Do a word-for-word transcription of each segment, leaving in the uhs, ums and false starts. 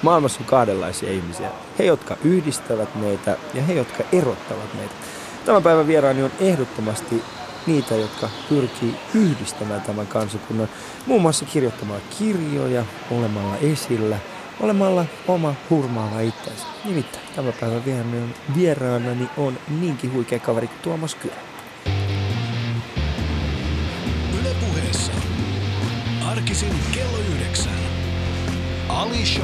Maailmassa on kahdenlaisia ihmisiä. He, jotka yhdistävät meitä ja he, jotka erottavat meitä. Tämän päivän vieraani on ehdottomasti niitä, jotka pyrkii yhdistämään tämän kansakunnan. Muun muassa kirjoittamaan kirjoja, olemalla esillä, olemalla oma hurmaava itsensä. Nimittäin tämän päivän vieraanani on niinkin huikea kaveri kuin Tuomas Kyrö. Yle Puheessa. Arkisin kello yhdeksän. Ali Show.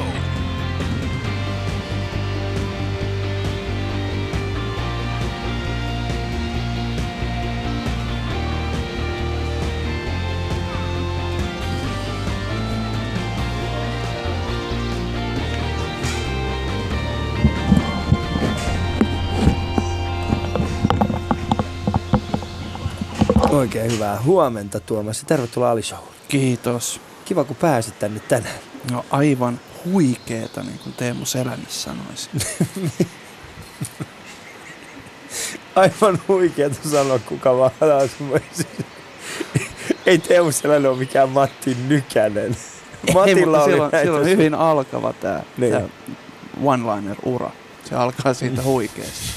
Oikein hyvää huomenta, Tuomas. Tervetuloa Ali Showhun. Kiitos. Kiva, kun pääsit tänne tänään. No aivan huikeeta, niin kuin Teemu Selänis sanoisi. Aivan huikeeta sanoa, kuka vaan taas. Ei Teemu Selänen ole mikään Matti Nykänen. Matilla oli silloin, näitä. silloin hyvin alkava tämä niin. one-liner-ura. Se alkaa siitä huikeasti.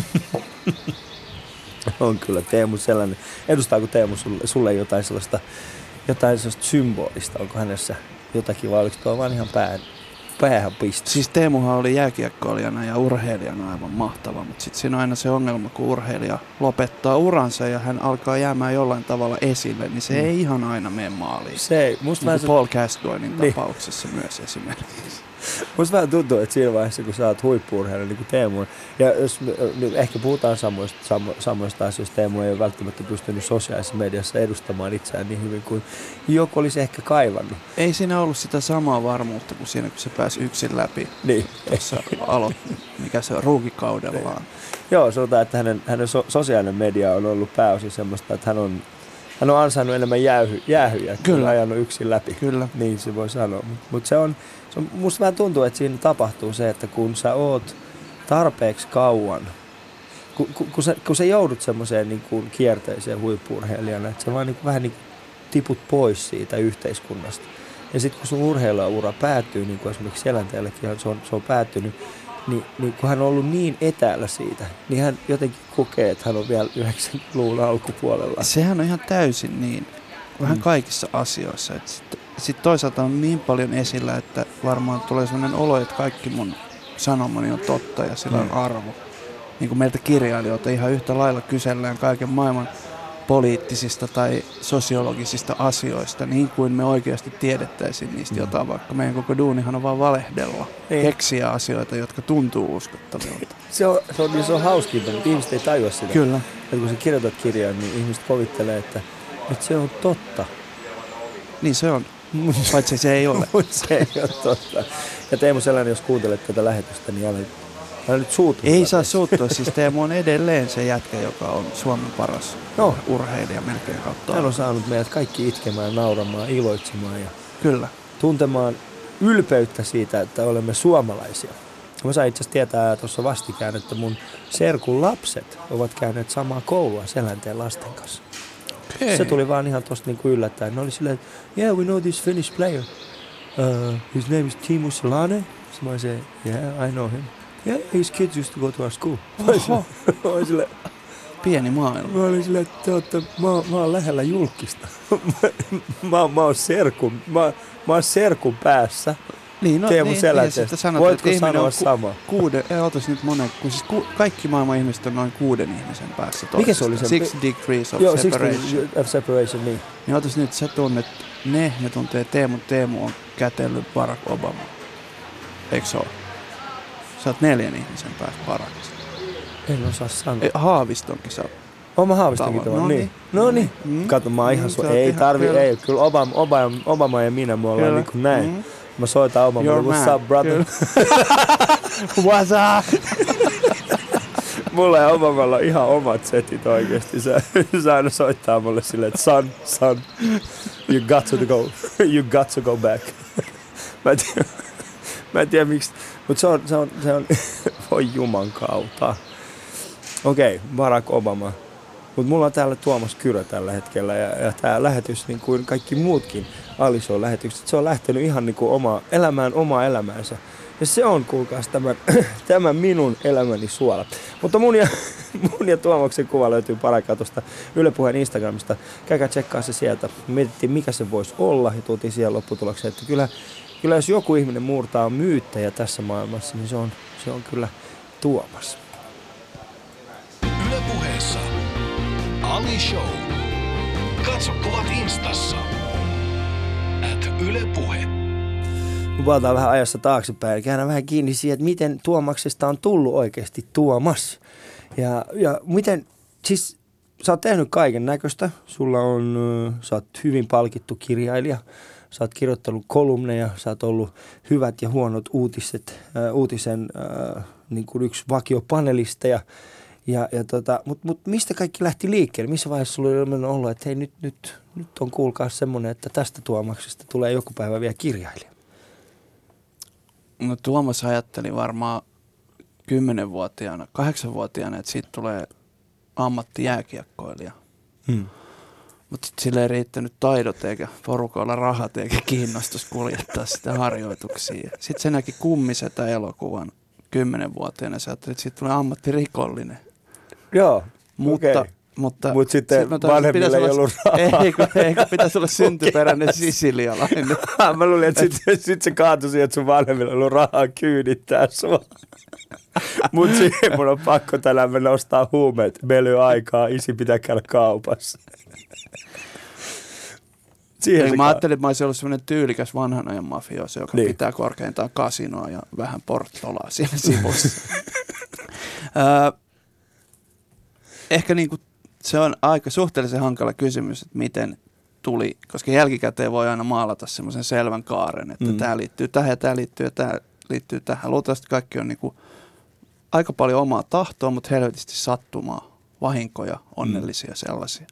On kyllä Teemu Selänen. Edustaako Teemu sulle, sulle jotain sellaista, jotain sellaista symbolista? Onko hänessä jotakin vai oliko tuo vaan ihan pään, päähän piste? Siis Teemuhan oli jääkiekkoilijana ja urheilijana aivan mahtava, mutta sitten siinä on aina se ongelma, kun urheilija lopettaa uransa ja hän alkaa jäämään jollain tavalla esille, niin se mm. ei ihan aina mene maaliin. Se ei. Musta niin se... Paul Gascoignin niin. tapauksessa myös esimerkiksi. Musta vähän tuntuu, että siinä vaiheessa, kun sä oot huippu-urheilija, niin kuin Teemu on, ja jos niin ehkä puhutaan samoista, samo, samoista asioista, Teemu ei ole välttämättä pystynyt sosiaalisessa mediassa edustamaan itseään niin hyvin kuin joku olisi ehkä kaivannut. Ei siinä ollut sitä samaa varmuutta kuin siinä, kun se pääsi yksin läpi. Niin. Tuossa aloitti, mikä se on, ruukikaudellaan. Joo, sanotaan, että hänen, hänen so, sosiaalinen media on ollut pääosin semmoista, että hän on, hän on ansainnut enemmän jäähy, jäähyjä, kun on ajanut yksin läpi. Kyllä. Niin se voi sanoa, mutta mut se on... Musta vähän tuntuu, että siinä tapahtuu se, että kun sä oot tarpeeksi kauan, kun, kun, kun, sä, kun sä joudut semmoiseen niin kuin kierteeseen huippu-urheilijana, että sä vaan niin kuin, vähän niin kuin tiput pois siitä yhteiskunnasta. Ja sitten kun sun urheilijaura päättyy, niin kuin esimerkiksi Selänteellekin se on, se on päättynyt, niin, niin kun hän on ollut niin etäällä siitä, niin hän jotenkin kokee, että hän on vielä yhdeksänkymmentäluvun alkupuolella. Sehän on ihan täysin niin, vähän mm. kaikissa asioissa, että sit, Sitten toisaalta on niin paljon esillä, että varmaan tulee sellainen olo, että kaikki mun sanomani on totta ja sillä on arvo. Niin kuin meiltä kirjailijoilta ihan yhtä lailla kysellään kaiken maailman poliittisista tai sosiologisista asioista, niin kuin me oikeasti tiedettäisiin niistä mm. jotain, vaikka meidän koko duunihan on vaan valehdella. Niin. Keksiä asioita, jotka tuntuu uskottavilta. Se on, se on, se on hauskinta, mutta ihmiset ei tajua sitä. Kyllä. Että kun sä kirjoitat kirjan, niin ihmiset kovittelee, että, että se on totta. Niin se on. Paitsi se ei ole. se ei ole totta. Ja Teemu Selänen, jos kuuntelet tätä lähetystä, niin älä, älä nyt suuttua. Ei saa suuttua. Siis Teemu on edelleen se jätkä, joka on Suomen paras no. urheilija melkein kautta. Hän on saanut meidät kaikki itkemään, nauramaan, iloitsemaan ja Kyllä. tuntemaan ylpeyttä siitä, että olemme suomalaisia. Mä sain itse asiassa tietää tuossa vastikään, että mun serkun lapset ovat käyneet samaa koulua Selänteen lasten kanssa. Hei. Se tuli vaan ihan tosta niinku yllättäen. Ne oli silleen, että yeah, we know this Finnish player. Uh, his name is Teemu Selänen. So I said, yeah, I know him. Yeah, his kids used to go to our school. Oho. Mä olin silleen, pieni maailma. Mä olin silleen, että te ootte, mä, mä oon lähellä julkista. mä, mä oon serkun, mä, mä oon serkun päässä. Niin, no, Teemu niin, Selänteestä. Niin, voitko sanoa ku, sama? Kuuden, ei otas nyt monen, kun siis ku, kaikki maailman ihmiset on noin kuuden ihmisen päässä toisesta. Mikä se oli se? Six degrees of Joo, separation. Six degrees of separation, niin. Niin otas nyt, sä tunnet ne, ne tuntee Teemu. Teemu on kätellyt Barack Obama. Eikö se ole? Sä oot neljän ihmisen päässä Barackista. En osaa sanoa. Ei, Haavistonkin sä oot. Oma Haavistonkin tavalla. No niin. No niin. Mm. Kato, mä oon ihan su- Ei tarvi, kyllä. ei. Kyllä Obama, Obama, Obama ja minä, me ollaan niin kuin näin. Mm. Mä soitan Obamalle, what's up, brother? What's up? Mulla ja Obamalla on ihan omat setit oikeesti. Se, se aina soittaa mulle silleen, että son, son, you got to go, you got to go back. Mä en tiedä, mä en tiedä miksi, mutta se on, se on, se on voi juman kautta. Okei, okay, Barack Obama. Mutta mulla on täällä Tuomas Kyrö tällä hetkellä ja, ja tämä lähetys, niin kuin kaikki muutkin Ali Show-lähetykset, se on lähtenyt ihan niin kuin oma, elämään omaa elämäänsä. Ja se on, kuulkaas, tämän, tämän minun elämäni suola. Mutta mun ja, mun ja Tuomaksen kuva löytyy paraikaa tuosta Yle Puheen Instagramista. Käykää tsekkaa se sieltä. Mietittiin, mikä se voisi olla ja tuotiin siihen lopputulokseen, että kyllä, kyllä jos joku ihminen murtaa myyttejä tässä maailmassa, niin se on, se on kyllä Tuomas. Yle Puheessa Ali Show. Katso kuvat Instassa. At Yle Puhe. Luvataan vähän ajassa taaksepäin ja käydään vähän kiinni siihen, että miten Tuomaksesta on tullut oikeasti Tuomas. Ja, ja miten, siis sä oot tehnyt kaiken näköistä. Sulla on, sä oot hyvin palkittu kirjailija. Sä oot kirjoittanut kolumneja, sä oot ollut hyvät ja huonot uutiset, äh, uutisen äh, niin kuin yksi vakiopanelisteja. Ja, ja tota, mutta mut mistä kaikki lähti liikkeelle? Missä vaiheessa sulla oli ollut, että hei nyt, nyt, nyt on kuulkaa semmoinen, että tästä Tuomaksesta tulee joku päivä vielä kirjailija? No Tuomas ajatteli varmaan kymmenvuotiaana, kahdeksanvuotiaana, että siitä tulee ammattijääkiekkoilija. Hmm. Mutta sille ei riittänyt taidot eikä porukoilla rahat eikä kiinnostus kuljettaa sitä harjoituksia. Sitten se näki Kummisetä elokuvan kymmenvuotiaana ja se ajatteli, että siitä tulee ammattirikollinen. Joo, mutta, okay. Mutta Mut sitten sit vanhemmilla ei ollut rahaa. Eikö, eikö pitäisi olla syntyperäinen okay. sisilialainen? Mä luulin, että sitten sit se kaatui siihen, että sun vanhemmilla ei ollut rahaa kyydittää sua. Mutta siihen mun on pakko tänään mennä ostaa huumeet. Meillä ei ole aikaa, isi pitää käydä kaupassa. Ei, mä ajattelin, että mä olisin ollut semmoinen tyylikäs vanhan ajan mafioso, joka niin. pitää korkeintaan kasinoa ja vähän porttolaa siinä sivussa. uh, ehkä niinku se on aika suhteellisen hankala kysymys, että miten tuli, koska jälkikäteen voi aina maalata semmoisen selvän kaaren, että mm. tämä liittyy tähän ja tämä liittyy ja tämä liittyy tähän. Luultavasti kaikki on niinku aika paljon omaa tahtoa, mutta helvetisti sattumaa, vahinkoja, onnellisia mm. sellaisia.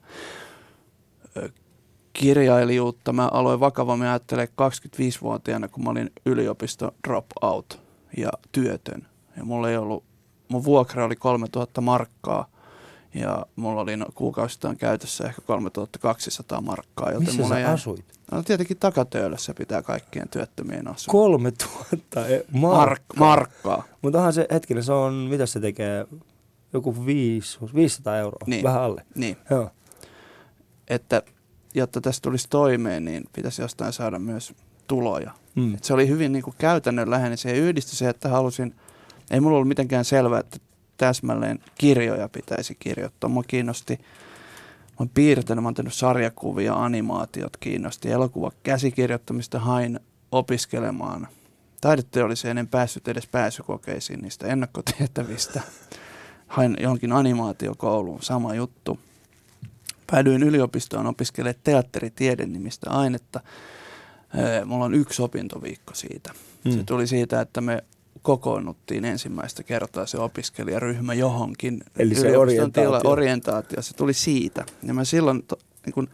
Kirjailijuutta mä aloin vakavammin ajattelemaan kaksikymmentäviisivuotiaana, kun mä olin yliopisto dropout ja työtön. Ja mulla ei ollut, mun vuokra oli kolmetuhatta markkaa. Ja mulla oli no, kuukausittain käytössä ehkä kolmetuhattakaksisataa markkaa. Joten missä mulla sä jäi, asuit? No tietenkin Takatöölössä pitää kaikkien työttömien asua. kolmetuhatta markkaa? Mark- markkaa. Mutta onhan se hetkinen, se on, mitä se tekee? Joku viisi, viisisataa euroa, niin. vähän alle. Niin. Joo. Että jotta tästä tulisi toimeen, niin pitäisi jostain saada myös tuloja. Mm. Et se oli hyvin niin kuin käytännönläheinen. Se yhdistyi se, että halusin, ei mulla ollut mitenkään selvää, että täsmälleen kirjoja pitäisi kirjoittaa. Mua kiinnosti, mä oon piirtänyt, mä oon tehnyt sarjakuvia, animaatiot kiinnosti, elokuva käsikirjoittamista hain opiskelemaan. Taideteolliseen en päässyt edes pääsykokeisiin niistä ennakkotehtävistä. Hain johonkin animaatiokouluun, sama juttu. Päädyin yliopistoon opiskelemaan teatteritieden nimistä ainetta. Mulla on yksi opintoviikko siitä. Hmm. Se tuli siitä, että me kokoonnuttiin ensimmäistä kertaa se opiskelijaryhmä johonkin. Eli se orientaatio. Tila, orientaatio. Se tuli siitä. Ja mä silloin to, niin kun,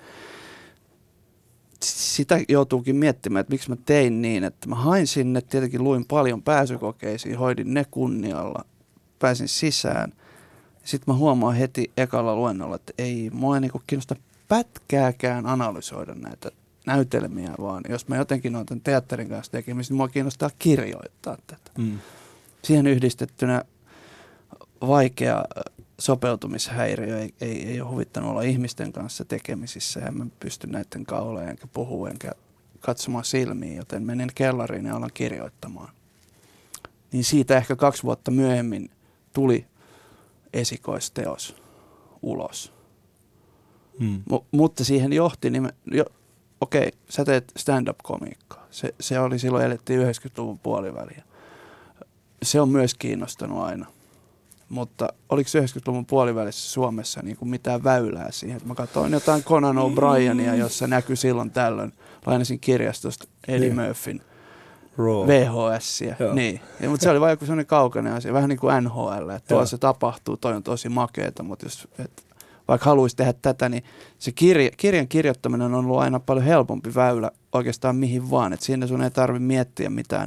sitä joutuukin miettimään, että miksi mä tein niin, että mä hain sinne, tietenkin luin paljon pääsykokeisiin, hoidin ne kunnialla, pääsin sisään. Sitten mä huomaan heti ekalla luennolla, että ei mua ei niinku kiinnosta pätkääkään analysoida näitä näytelmiä, vaan jos mä jotenkin oon tämän teatterin kanssa tekemistä, niin mua kiinnostaa kirjoittaa tätä. Mm. Siihen yhdistettynä vaikea sopeutumishäiriö ei, ei, ei ole huvittanut olla ihmisten kanssa tekemisissä, ja mä pysty näiden kauleen enkä puhua enkä katsomaan silmiin, joten menen kellariin ja alan kirjoittamaan. Niin siitä ehkä kaksi vuotta myöhemmin tuli esikoisteos ulos. Hmm. M- mutta siihen johti, niin jo, okei, okay, sä teet stand-up-komiikkaa. Se, se oli silloin, elettiin yhdeksänkymmentäluvun puoliväliä. Se on myös kiinnostanut aina. Mutta oliko yhdeksänkymmentäluvun puolivälissä Suomessa niin kuin mitään väylää siihen? Mä katsoin jotain Conan O'Brienia, jossa näkyi silloin tällöin. Lainasin kirjastosta Eddie yeah. Murphyn V H S:iä. Niin. Ja, mutta se oli vain joku sellainen kaukainen asia, vähän niin kuin N H L, että tuolla se tapahtuu, toi on tosi makeeta, mutta jos et, vaikka haluaisi tehdä tätä, niin se kirja, kirjan kirjoittaminen on ollut aina paljon helpompi väylä oikeastaan mihin vaan. Et siinä sun ei tarvitse miettiä mitään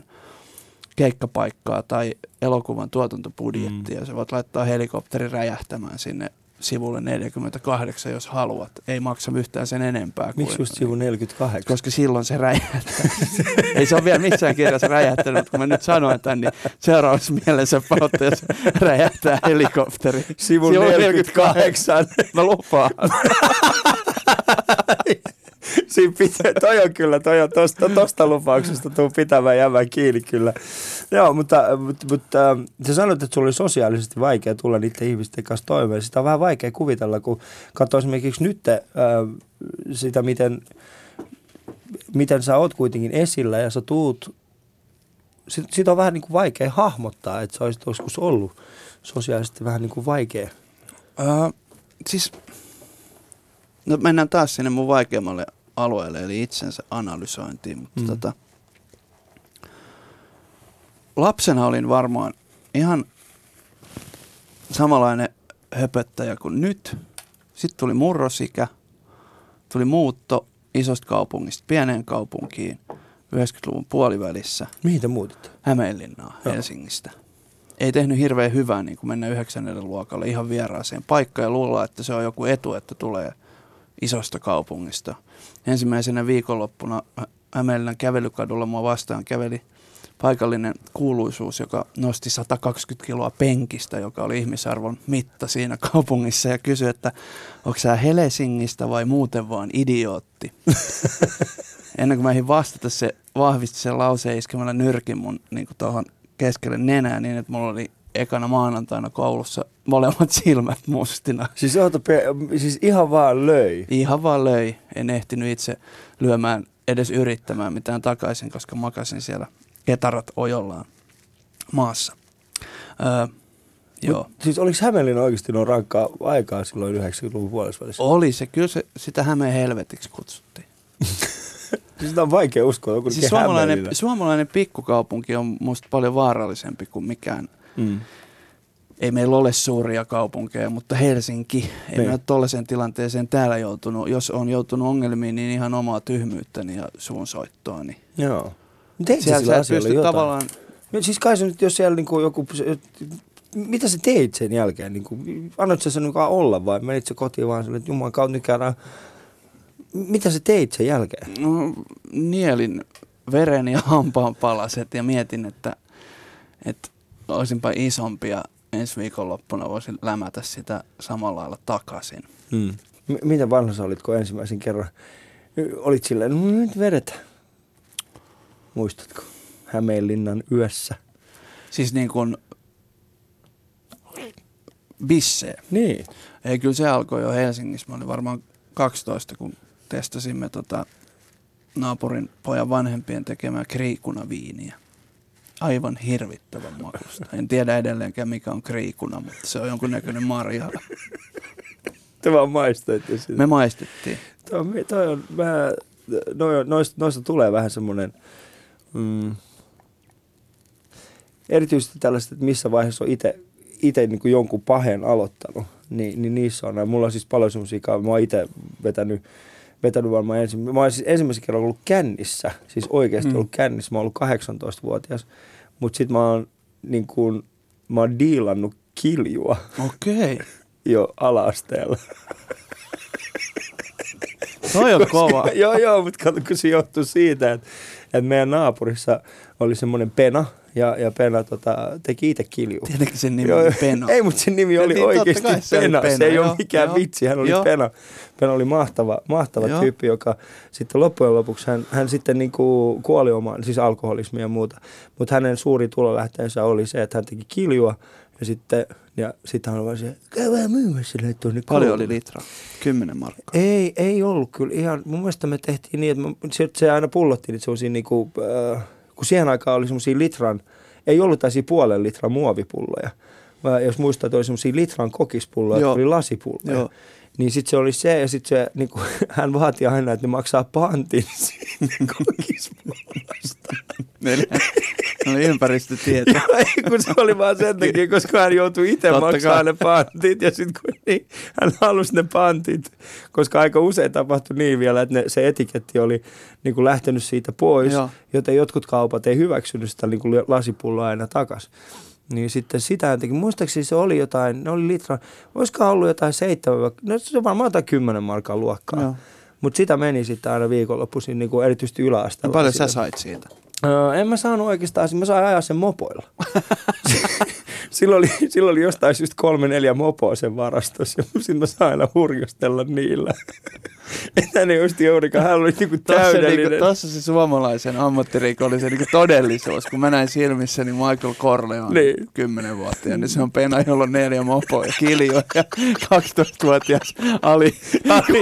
keikkapaikkaa tai elokuvan tuotantobudjettia. Mm. Sä voit laittaa helikopterin räjähtämään sinne sivulle neljäkymmentäkahdeksan, jos haluat. Ei maksa yhtään sen enempää. Miksi kuin, just sivu neljäkymmentäkahdeksan? Koska silloin se räjähtää. Ei se ole vielä missään kirjassa räjähtänyt, kun mä nyt sanoin tämän, niin seuraavassa mielessä pautteessa räjähtää helikopteri. Sivu neljäkymmentäkahdeksan. Mä lupaan. Siinä pitää, toi on kyllä, toi on tosta, tosta lupauksesta tuu pitämään jämään kiinni kyllä. Joo, mutta, mutta, mutta äh, sä sanoit, että sulla oli sosiaalisesti vaikea tulla niiden ihmisten kanssa toimeen. Sitä on vähän vaikea kuvitella, kun katsoo esimerkiksi nyt äh, sitä, miten, miten sä oot kuitenkin esillä ja sä tuut. Sit, sitä on vähän niin kuin vaikea hahmottaa, että sä olisit joskus ollut sosiaalisesti vähän niin kuin vaikea. Uh, siis, no mennään taas sinne mun vaikeammalle alueelle, eli itsensä analysointiin, mutta mm. tota, lapsena olin varmaan ihan samanlainen höpöttäjä kuin nyt. Sitten tuli murrosikä, tuli muutto isosta kaupungista pieneen kaupunkiin yhdeksänkymmentäluvun puolivälissä. Mihin te muutitte? Hämeenlinnaan, Joo. Helsingistä. Ei tehnyt hirveän hyvää niin kuin mennä yhdeksännelle luokalle ihan vieraaseen paikkaan ja luulla, että se on joku etu, että tulee isosta kaupungista. Ensimmäisenä viikonloppuna Hämeenlinnan kävelykadulla mua vastaan käveli paikallinen kuuluisuus, joka nosti sata kaksikymmentä kiloa penkistä, joka oli ihmisarvon mitta siinä kaupungissa ja kysyi, että onko sä Helsingistä vai muuten vaan idiootti? Ennen kuin mä ehdin vastata, se vahvisti sen lauseen iskemällä nyrkin mun niin tuohon keskelle nenää niin, että mulla oli ekana maanantaina koulussa molemmat silmät mustina. Siis, pe- siis ihan vaan löi? Ihan vaan löi. En ehtinyt itse lyömään, edes yrittämään mitään takaisin, koska makasin siellä ketarat ojollaan maassa. Öö, joo. Siis oliko Hämeenlinna oikeasti noin rankkaa aikaa silloin yhdeksänkymmentäluvun puolesvälissä? Oli se, kyllä se, sitä Hämeen helvetiksi kutsuttiin. Siis sitä on vaikea uskoa. Joku siis suomalainen, suomalainen pikkukaupunki on musta paljon vaarallisempi kuin mikään. Mm. Ei meillä ole suuria kaupunkeja, mutta Helsinki. Ei me ole tollaiseen tilanteeseen täällä joutunut. Jos on joutunut ongelmiin, niin ihan omaa tyhmyyttäni ja suunsoittoani. Joo. Teit sä siellä sillä asialla jotain? Tavallaan... No, siis kai se nyt, jos siellä niinku joku... Mitä sä teit sen jälkeen? Niinku, annoit sä sen mukaan olla vai menit sä kotiin vaan sille, että jumalan kautta nyt käydään... Mitä sä teit sen jälkeen? No, nielin veren ja hampaan palaset ja mietin, että, että olisinpa isompi ja ensi viikonloppuna voisin lämätä sitä samalla lailla takaisin. Hmm. M- miten vanha sä olit, kun ensimmäisen kerran olit silleen, no nyt vedetään? Muistatko? Hämeenlinnan yössä. Siis niin kuin bissee. Niin. Ei, kyllä se alkoi jo Helsingissä. Mä olin varmaan kaksitoista, kun testasimme tota naapurin pojan vanhempien tekemää kriikunaviiniä. Aivan hirvittävän makusta. En tiedä edelleenkään, mikä on kriikuna, mutta se on jonkunnäköinen marja. Te vaan maistoitte sitä. Me maistettiin. Toi on, toi on vähän, noista, noista tulee vähän semmoinen, mm, erityisesti tällaista, että missä vaiheessa on itse itse niin kuin jonkun pahen aloittanut, niin, niin niissä on näin. Mulla on siis paljon semmoisia, mä oon itse vetänyt, vetänyt varmaan ensin. Mä oon siis ensimmäisen kerran ollut kännissä, siis oikeasti mm. ollut kännissä. Mä oon ollut kahdeksantoistavuotias, mutta sit mä oon niin kuin, mä oon diilannut kiljua. Okei. Okay. Jo ala-asteella. Toi on Koska, kova. Joo, joo, mutta kato, kun se johtuu siitä, että, että meidän naapurissa oli semmoinen pena, ja, ja Pena tota, teki itse kiljua. Tietenkin sen nimi oli Pena. Ei, mutta sen nimi oli niin, oikeasti Pena. Se, Pena. Se ei joo, ole mikään joo, vitsi, hän oli joo. Pena. Pena oli mahtava, mahtava tyyppi, joka sitten loppujen lopuksi, hän, hän sitten niinku kuoli omaan, siis alkoholismia ja muuta. Mutta hänen suuri tulolähteensä oli se, että hän teki kiljua, ja sitten ja sit hän oli vaan se, käy vähän myymässä silleen tuonne. Paljon oli litra? Kymmenen markkaa. Ei, ei ollut kyllä ihan, mun mielestä me tehtiin niin, että me, se, se aina pullottiin niitä semmosia niinku, äh, kun siihen aikaan oli semmosia litran, ei ollut tällaisia puolen litran muovipulloja. Mä, jos muistaa, että oli semmosia litran kokispulloja, jotka oli lasipulloja. Joo. Niin sitten se oli se, ja sitten se, niin kuin, hän vaati aina, että ne maksaa pantin siitä kokispullosta. Eli oli ympäristötieto. Joo, ei, kun se oli vaan sen takia, koska hän joutui itse maksamaan ne pantit, ja sitten kun niin, hän halusi ne pantit, koska aika usein tapahtui niin vielä, että ne, se etiketti oli niin kuin lähtenyt siitä pois, Joo. joten jotkut kaupat ei hyväksynyt sitä niin kuin lasipulloa aina takaisin. Niin sitten sitä jotenkin, muistaakseni se oli jotain, ne oli litra, olisikohan ollut jotain seitsemän, no se on varmaan jotain kymmenen markan luokkaa. No. Mutta sitä meni sitten aina viikonloppuisin niin kuin erityisesti yläasteella. No paljon sä sait siitä? Öö, en mä saanut oikeastaan, mä sain ajaa sen mopoilla. silloin, oli, silloin oli jostain syystä kolme neljä mopoa sen varastossa ja sitten mä sain aina hurjostella niillä. Että ne just juurikaan, hän oli niinku täydellinen. Niinku, tossa se suomalaisen ammattirikollisen niinku todellisuus, kun mä näin silmissäni Michael Corleone niin. kymmenvuotiaan, niin se on pena, jolla on neljä mopoa ja kiljoa ja kaksitoistavuotias Ali, Ali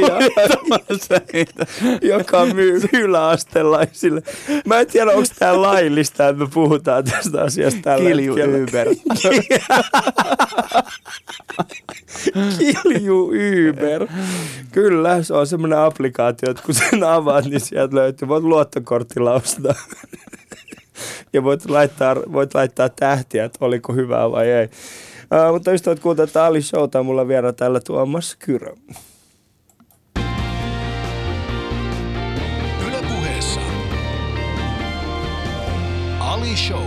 joka myy yläastelaisille. Mä en tiedä, onko tää laillista, että me puhutaan tästä asiasta tällä Kilju Uber. Kilju Uber. Kyllä, se on semmoinen applikaatio, että kun sen avaat, niin sieltä löytyy. Voit luottokortilla ostaa. Ja voit laittaa, voit laittaa tähtiä, että oliko hyvää vai ei. Uh, mutta ystävät kuuntelette Ali Showta, mulla vielä täällä Tuomas Kyrö. Yle Puheessa Ali Show.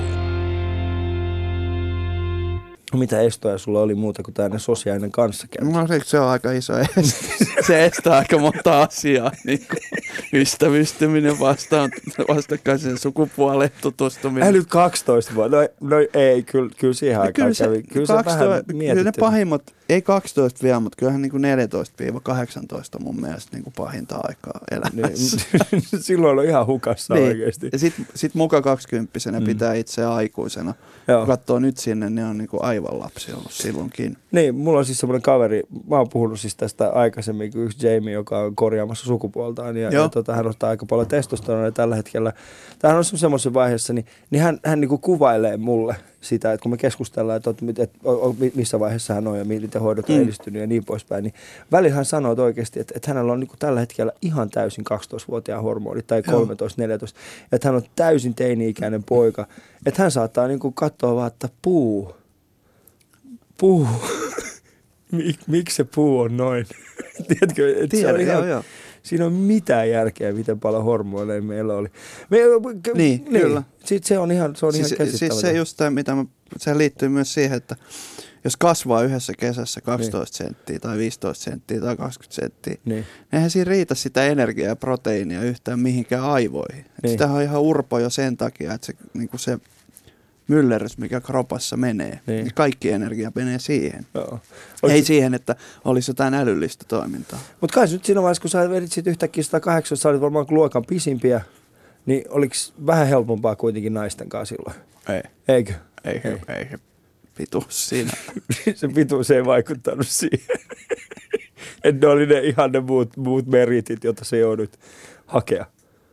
Mitä estoja sulla oli muuta kuin tämmöinen sosiaalinen kanssakäynti? No se on aika iso este. Se estää aika monta asiaa. Niin ystävystyminen, vastaan, vastakkaisen sukupuoleen tutustuminen. Ei nyt kaksitoista vuotta. No, no ei, kyllä, kyllä siihen no, aikaan kyllä kävi. Kyllä se vähän mietittiin. Kyllä ne pahimmat, ei kaksitoista vielä, mutta kyllähän niin kuin neljätoista kahdeksantoista mun mielestä niin kuin pahinta aikaa elämässä. Niin, silloin on ihan hukassa niin. Oikeasti. Ja sitten sit muka kaksikymppisenä mm. pitää itseä aikuisena. Kun katsoo nyt sinne, niin on niin kuin aivan lapsi ollut silloinkin. Niin, mulla on siis semmoinen kaveri, mä oon puhunut siis tästä aikaisemmin, kuin yksi Jamie, joka on korjaamassa sukupuoltaan. Ja, ja tota, hän ottaa aika paljon testosteronia tällä hetkellä. Tämähän on semmoisen vaiheessa, niin, niin hän, hän niin kuin kuvailee mulle sitä, että kun me keskustellaan, että, että, että missä vaiheessa hän on ja miten hoidot on mm. edistynyt ja niin poispäin, niin välillä hän sanoo oikeasti, että, että hänellä on niin kuin tällä hetkellä ihan täysin kaksitoistavuotiaan hormonit tai kolmetoista neljätoista, että hän on täysin teini-ikäinen poika, että hän saattaa niin kuin katsoa vaan, että puu, puu, Mik, miksi se puu on noin? Tiedätkö, että Tiedän, se on ihan, joo, joo. siinä on mitään järkeä, miten paljon hormoneja meillä oli. Me, k- niin, niin, kyllä. Sitten se on ihan, se on siis, ihan käsittämätöntä. Siis se just tämä, mitä mä, se liittyy myös siihen, että jos kasvaa yhdessä kesässä kaksitoista niin. senttiä tai viisitoista senttiä tai kaksikymmentä senttiä, niin eihän siinä riitä sitä energiaa ja proteiinia yhtään mihinkään aivoihin. Niin. Sitähän on ihan urpo jo sen takia, että se, niin kuin se myllerys, mikä kropassa menee, niin kaikki energia menee siihen. Joo. Ei siihen, että olisi jotain älyllistä toimintaa. Mutta kai nyt siinä vaiheessa, kun sä vedit sit yhtäkkiä sata kahdeksan, sä olit varmaan luokan pisimpiä, niin oliko vähän helpompaa kuitenkin naisten kanssa silloin? Ei. Eikö? Ei, ei. ei. Pituus siinä. Se pituus ei vaikuttanut siihen. Että ne oli ne ihan ne muut, muut meritit, joita sä joudut hakea.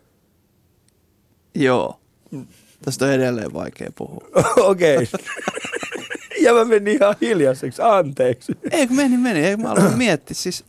Joo. Tästä on edelleen vaikea puhua. Okei. Okay. Ja mä menin ihan hiljaiseksi. Anteeksi. Ei kun meni, meni. Ei, mä aloin miettiä. Siis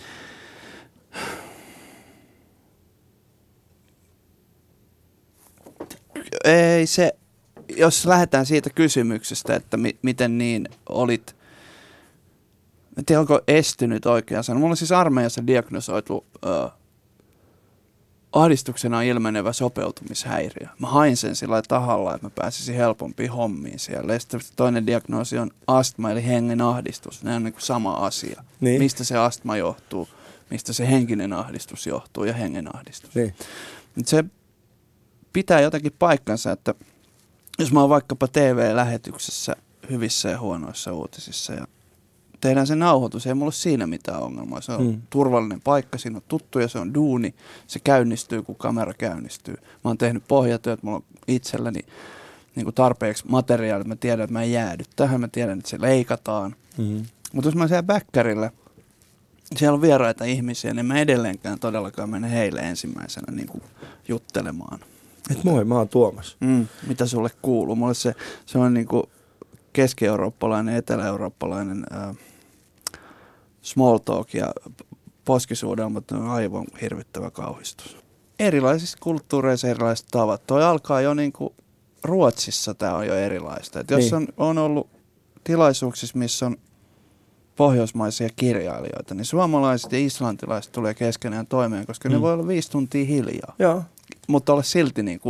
ei se, jos lähdetään siitä kysymyksestä, että mi- miten niin olit, en tiedä onko estynyt oikein sana. Mulla on siis armeijassa diagnosoitu uh, ahdistuksena ilmenevä sopeutumishäiriö. Mä hain sen sillä tahalla, että mä pääsisin helpompiin hommiin siellä. Ja sitten toinen diagnoosi on astma, eli hengen ahdistus. Ne on niin kuin sama asia. Niin. Mistä se astma johtuu, mistä se henkinen ahdistus johtuu ja hengen ahdistus. Niin. Se pitää jotakin paikkansa, että jos mä oon vaikkapa T V-lähetyksessä hyvissä ja huonoissa uutisissa ja tehdään se nauhoitus, ei mulla ole siinä mitään ongelmaa. Se on hmm. turvallinen paikka, siinä on tuttu ja se on duuni. Se käynnistyy, kun kamera käynnistyy. Mä oon tehnyt pohjatyöt, mulla on itselläni niin kuin tarpeeksi materiaalia, mä tiedän, että mä en jäädy tähän, mä tiedän, että se leikataan. Hmm. Mutta jos mä oon siellä bäkkärillä, siellä on vieraita ihmisiä, niin mä edelleenkään todellakaan mene heille ensimmäisenä niin kuin juttelemaan. Et moi, mä oon Tuomas. Mm, mitä sulle kuuluu? Mulle se, se on niin kuin keski-eurooppalainen, etelä-eurooppalainen äh, small talk ja poskisuudelmat on aivan hirvittävä kauhistus. Erilaisissa kulttuureissa erilaiset tavat. Toi alkaa jo niin kuin Ruotsissa tää on jo erilaista. Et jos niin. on, on ollut tilaisuuksissa, missä on pohjoismaisia kirjailijoita, niin suomalaiset ja islantilaiset tulee keskenään toimeen, koska mm. ne voi olla viisi tuntia hiljaa. Joo. Mutta olla silti niin kuin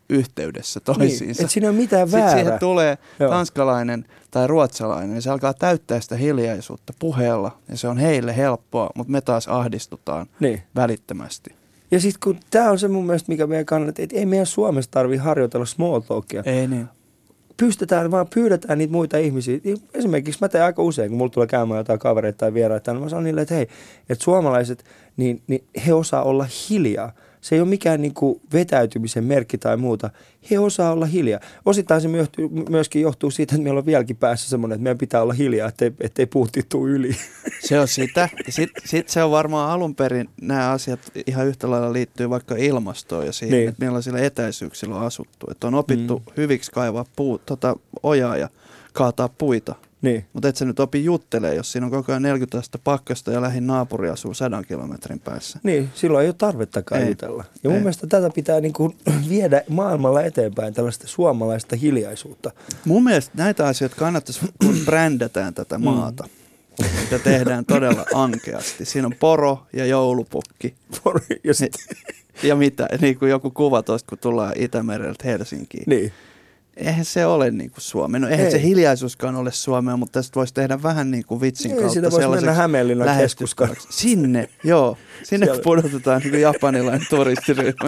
yhteydessä Niin, toisiinsa. että siinä ei ole mitään Sitten väärää. siihen tulee Joo. tanskalainen tai ruotsalainen, ja se alkaa täyttää sitä hiljaisuutta puheella, ja se on heille helppoa, mutta me taas ahdistutaan Niin. välittömästi. Ja sitten kun tämä on se mun mielestä, mikä meidän kannattaa, että ei meidän Suomessa tarvitse harjoitella small talkia. Ei niin. Pystytään vaan, pyydetään niitä muita ihmisiä. Esimerkiksi mä teen aika usein, kun mulla tulee käymään jotain kavereita tai vieraita, niin mä sanon niille, että hei, että suomalaiset, niin, niin he osaa olla hiljaa. Se ei ole mikään niin kuin vetäytymisen merkki tai muuta. He osaa olla hiljaa. Osittain se myöskin johtuu siitä, että meillä on vieläkin päässä semmoinen, että meidän pitää olla hiljaa, ettei, ettei Putin tule yli. Se on sitä. Sitten sit se on varmaan alun perin, nämä asiat ihan yhtä lailla liittyy vaikka ilmastoon ja siihen, niin. että millaisilla etäisyyksillä on asuttu. Että on opittu Mm. hyviksi kaivaa puu, tota, ojaa ja kaataa puita. Niin. Mutta et sä nyt opi juttelee, jos siinä on koko ajan neljäkymmentä astetta pakkasta ja lähin naapuri asuu sadan kilometrin päässä. Niin, silloin ei ole tarvettakaan Ei. jutella. Ja mun Ei. mielestä tätä pitää niin kuin viedä maailmalla eteenpäin, tällaista suomalaista hiljaisuutta. Mun mielestä näitä asioita kannattaisi, kun brändätään tätä maata. Mitä tehdään todella ankeasti. Siinä on poro ja joulupukki. Ja, sit, Ja mitä, niin kuin joku kuva tuosta, kun tullaan Itämereltä Helsinkiin. niin. Eihän se ole niin kuin Suomi. No eihän Ei. se hiljaisuuskaan ole Suomea, mutta tästä voisi tehdä vähän niin kuin vitsin Ei, kautta siitä voisi mennä Hämeenlinnan keskustaan. Sinne, joo. Sinne Siellä. pudotetaan niin kuin japanilainen turistiryhmä.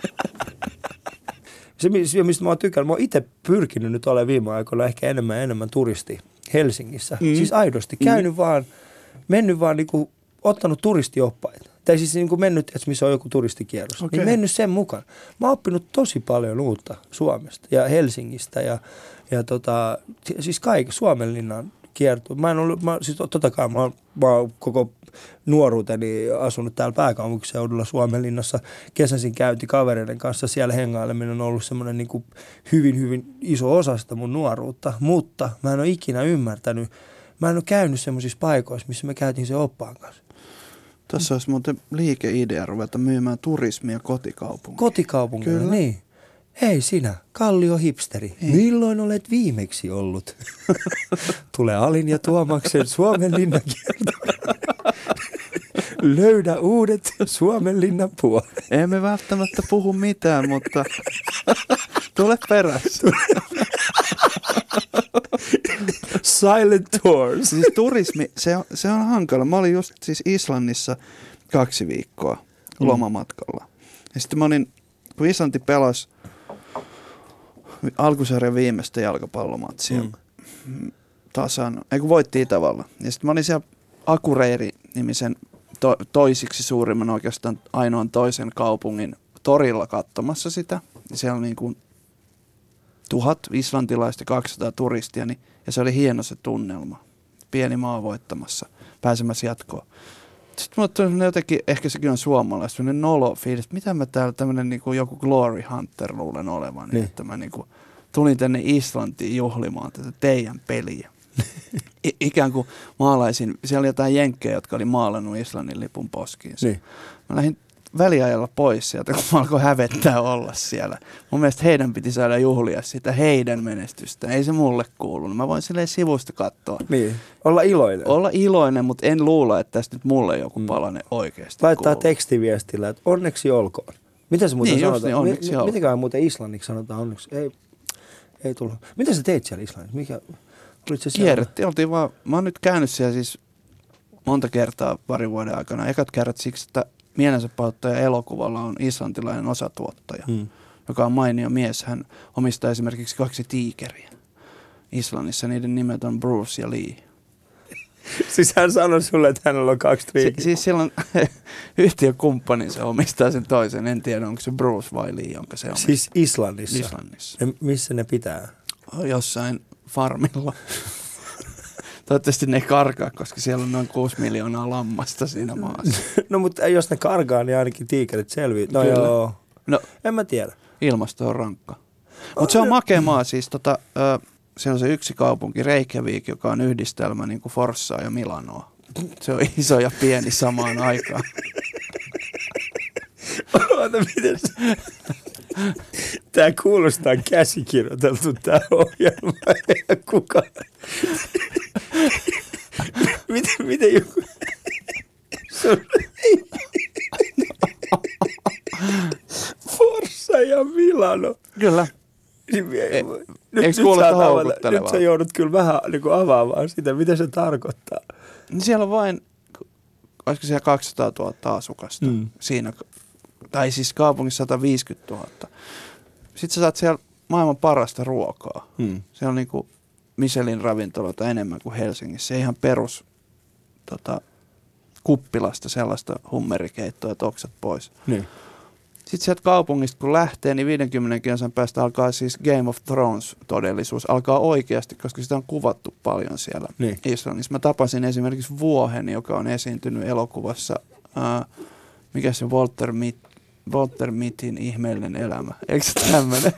Se, mistä mä oon tykännyt, mä oon itse pyrkinyt nyt olemaan viime aikoina ehkä enemmän ja enemmän turisti Helsingissä. Mm. Siis aidosti. Käynyt mm. vaan, mennyt vaan niinku, ottanut turistioppaita. Tai siis niinku mennyt, että missä on joku turistikierros. Okay. Niin mennyt sen mukaan. Mä oon oppinut tosi paljon uutta Suomesta ja Helsingistä ja, ja tota, siis kaiken Suomenlinnan kiertoa. Mä en ollut, mä, siis totta kai mä oon, mä oon koko nuoruuteni asunut täällä pääkaupunkiseudulla Suomenlinnassa. Kesäisin käynti kavereiden kanssa siellä hengaileminen on ollut semmoinen niin kuin hyvin, hyvin iso osa sitä mun nuoruutta. Mutta mä en ole ikinä ymmärtänyt, mä en ole käynyt semmoisissa paikoissa, missä me käytiin sen oppaan kanssa. Tuossa olisi muuten liikeidea ruveta myymään turismia kotikaupunkiin. Kotikaupunkilla, niin. Hei sinä, Kallio hipsteri, Ei. milloin olet viimeksi ollut? Tule Alin ja Tuomaksen Suomenlinnan kiertoon. Löydä uudet Suomenlinnan puolet. Emme välttämättä puhu mitään, mutta tule perässä. Silent tours. Siis turismi, se on, se on hankala. Mä olin just siis Islannissa kaksi viikkoa lomamatkalla. Ja sitten mä olin, kun Islanti pelasi alkusarjan viimeistä jalkapallomatsia mm. tasan, ei kun voitti Itävallan. Ja sitten mä olin siellä Akureyri-nimisen to, toisiksi suurimman oikeastaan ainoan toisen kaupungin torilla katsomassa sitä. Ja siellä on niin kuin tuhat islantilaista ja kaksisataa turistia, niin, ja se oli hieno se tunnelma. Pieni maa voittamassa, pääsemässä jatkoon. Sitten mulle tuli jotenkin, ehkä sekin on suomalaista, sellainen nolo fiilis, että mitä mä täällä tämmöinen niin kuin joku Glory Hunter luulen olevan, niin. Että mä niin kuin tulin tänne Islantiin juhlimaan tätä teidän peliä. I- ikään kuin maalaisin, siellä oli jotain jenkkejä, jotka oli maalannut Islannin lipun poskiinsa. Niin. Mä lähdin väliajalla pois sieltä, kun mä alkoi hävettää olla siellä. Mun mielestä heidän piti saada juhlia sitä heidän menestystä. Ei se mulle kuulunut. Mä voin silleen sivusta katsoa. Niin, olla iloinen. Olla iloinen, mutta en luulla, että tästä nyt mulle joku palanen oikeasti Laittaa kuuluu. tekstiviestillä, että onneksi olkoon. Mitä se muuten niin, sanotaan? Niin, onneksi Mi- olkoon. Mitenköhän muuten islanniksi sanotaan onneksi? Ei, ei tullut. Mitä sä teit siellä Islannissa? Mikä, se Kierrettiin, oltiin vaan, mä oon nyt käynyt siellä siis monta kertaa parin vuoden aikana. Ekat kerrat siksi, että Mielensä pahoittaja elokuvalla on islantilainen osatuottaja, hmm. joka on mainio mies. Hän omistaa esimerkiksi kaksi tiikeriä Islannissa. Niiden nimet on Bruce ja Lee. Siis hän sanoi sulle, että hänellä on kaksi tiikeriä. Si- siis silloin yhtiökumppaninsa omistaa sen toisen. En tiedä, onko se Bruce vai Lee, jonka se omistaa. Siis Islannissa? Islannissa. Ja missä ne pitää? Jossain farmilla. Toivottavasti ne ei karkaa, koska siellä on noin kuusi miljoonaa lammasta siinä maassa. No mutta jos ne karkaa, niin ainakin tiikerit selviää. No Kyllä. joo. No, en mä tiedä. Ilmasto on rankka. Mutta se on makea maa. Siis tota, ö, se on se yksi kaupunki, Reykjavik, joka on yhdistelmä niin kuin Forssaa ja Milanoa. Se on iso ja pieni samaan aikaan. Oota, miten se... Tää kuulostaa käsikirjoiteltu tää ohjelma. Ja kuka... miten, miten joku... Forssa ja Milano. Kyllä. E, nyt, eikö kuulosta houkuttelevaa? Nyt sä joudut kyllä vähän niin kuin avaamaan sitä, mitä se tarkoittaa. Siellä on vain, olisiko siellä kaksisataatuhatta asukasta mm. siinä, tai siis kaupungissa sata viisikymmentätuhatta. Sitten sä saat siellä maailman parasta ruokaa. Mm. Se on niin kuin Michelin ravintoloita enemmän kuin Helsingissä. Se ihan perus tota, kuppilasta sellaista hummerikeittoa, että oksat pois. Niin. Sitten sieltä kaupungista kun lähtee, niin viidenkymmenen kilsan päästä alkaa siis Game of Thrones -todellisuus. Alkaa oikeasti, koska sitä on kuvattu paljon siellä niin. Islannissa. Mä tapasin esimerkiksi vuohen, joka on esiintynyt elokuvassa, äh, mikä se Walter Mit, Walter Mittin ihmeellinen elämä. Eikö se tämmöinen?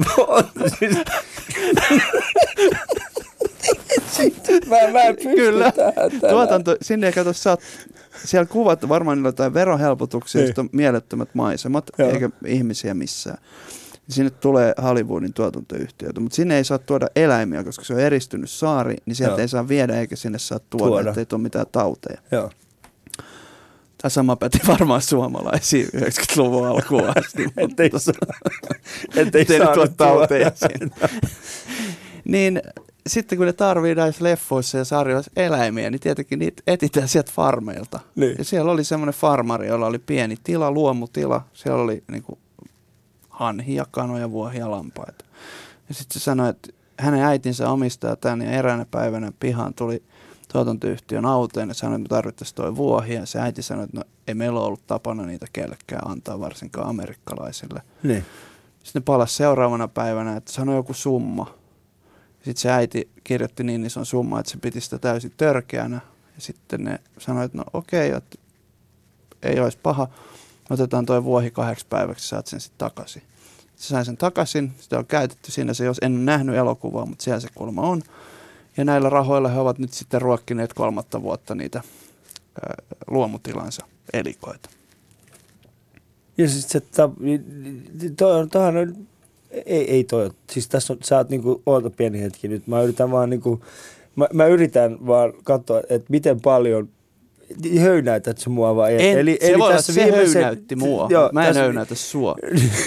mä, mä en pysty Kyllä. tähän. Tuotanto, sinne ei kato, sä oot siellä kuvattu varmaan niillä jotain verohelpotuksia, joista on mielettömät maisemat, Joo. eikä ihmisiä missään. Sinne tulee Hollywoodin tuotantoyhtiöitä, mutta sinne ei saa tuoda eläimiä, koska se on eristynyt saari, niin sieltä Joo. ei saa viedä eikä sinne saa tuoda, tuoda. Ettei ole mitään tauteja. Joo. Tämä sama päti varmaan suomalaisiin yhdeksänkymmentäluvun alkuun asti. Ettei ettei saa tauteja sinne. Niin sitten kun ne tarvii näissä leffoissa ja sarjoissa eläimiä, niin tietenkin niitä etsitään sieltä farmeilta. Niin. Ja siellä oli semmoinen farmari, jolla oli pieni tila, luomutila. Siellä oli niinku hanhia, kanoja, vuohia, lampaita. Ja sitten se sanoi, että hänen äitinsä omistaa tämän ja eräänä päivänä pihaan tuli tuotantoyhtiön autoon ja sanoi, että me tarvittaisiin toi vuohia. Ja se äiti sanoi, että no ei meillä ole ollut tapana niitä kellekään antaa, varsinkaan amerikkalaisille. Niin. Sitten ne palasi seuraavana päivänä, että sanoi joku summa. Sitten se äiti kirjoitti niin ison summa, että se piti sitä täysin törkeänä. Ja sitten ne sanoi, että no okei, että ei olisi paha. Otetaan toi vuohi kahdeksi päiväksi, saat sen sitten takaisin. Se sai sen takaisin, sitä on käytetty siinä, se jos en ole nähnyt elokuvaa, mutta siellä se kulma on. Ja näillä rahoilla he ovat nyt sitten ruokkineet kolmatta vuotta niitä ää, luomutilansa elikoita. Ja siis se, toihan on, ei, ei toi, siis tässä on, sä oot niinku, oota pieni hetki nyt, mä yritän vaan niinku, mä, mä yritän vaan katsoa, että miten paljon höynäytät se mua vai en, eli, se eli voi tässä olla, se viimeisen, höynäytti mua, joo, mä en tässä, höynäytä sua.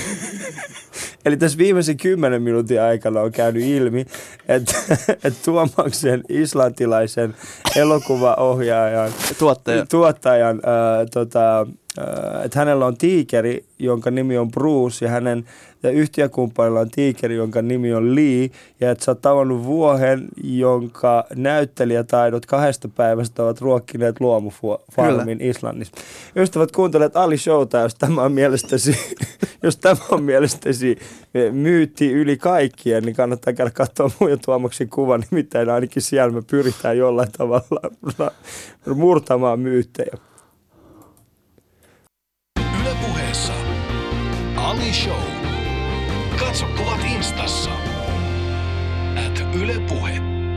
Eli tässä viimeisen kymmenen minuutin aikana on käynyt ilmi, että, että Tuomaksen islantilaisen elokuvaohjaajan, tuottajan, tuottajan ää, tota, ää, että hänellä on tiikeri, jonka nimi on Bruce, ja hänen ja yhtiökumppanilla on tiikeri, jonka nimi on Lee, ja että sä oot tavannut vuohen, jonka näyttelijätaidot kahdesta päivästä ovat ruokkineet luomufarmin Islannissa. Ystävät, kuuntelet Ali Showta, jos tämä on mielestäsi, jos tämä on mielestäsi myytti yli kaikkien, niin kannattaa käydä katsoa muun ja Tuomaksen kuvan, nimittäin ainakin siellä me pyritään jollain tavalla murtamaan myyttejä. Yle Puheessa Ali Show. Katso kuvat Instassa. At Yle Puhe.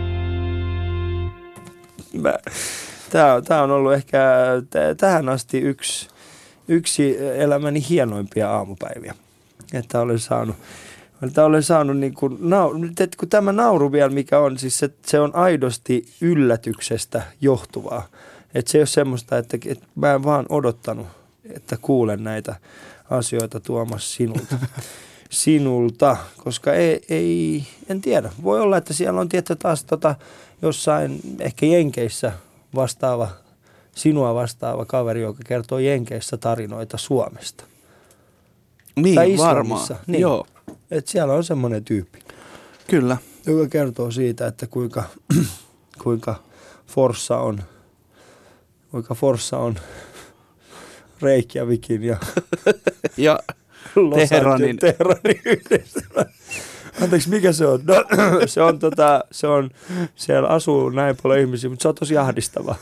Tämä, tämä on ollut ehkä t- tähän asti yksi, yksi elämäni hienoimpia aamupäiviä. Että olen saanut, että olen saanut niin kuin, että kun tämä nauru vielä mikä on, siis se, se on aidosti yllätyksestä johtuvaa. Että se ei ole semmoista, että, että mä en vaan odottanut, että kuulen näitä asioita Tuomas sinulta. sinulta, koska ei, ei, en tiedä. Voi olla, että siellä on tietysti taas tota, jossain ehkä Jenkeissä vastaava, sinua vastaava kaveri, joka kertoo Jenkeissä tarinoita Suomesta. Niin, tai varmaan. Niin. Joo. Että siellä on semmoinen tyyppi. Kyllä. Joka kertoo siitä, että kuinka, kuinka Forssa on, kuinka Forssa on Reykjavikin ja, ja Teheranin. Teheranin yhdessä. Anteeksi, mikä se on? No, se on tota, se on, siellä asuu näin paljon ihmisiä, mutta se on tosi ahdistavaa.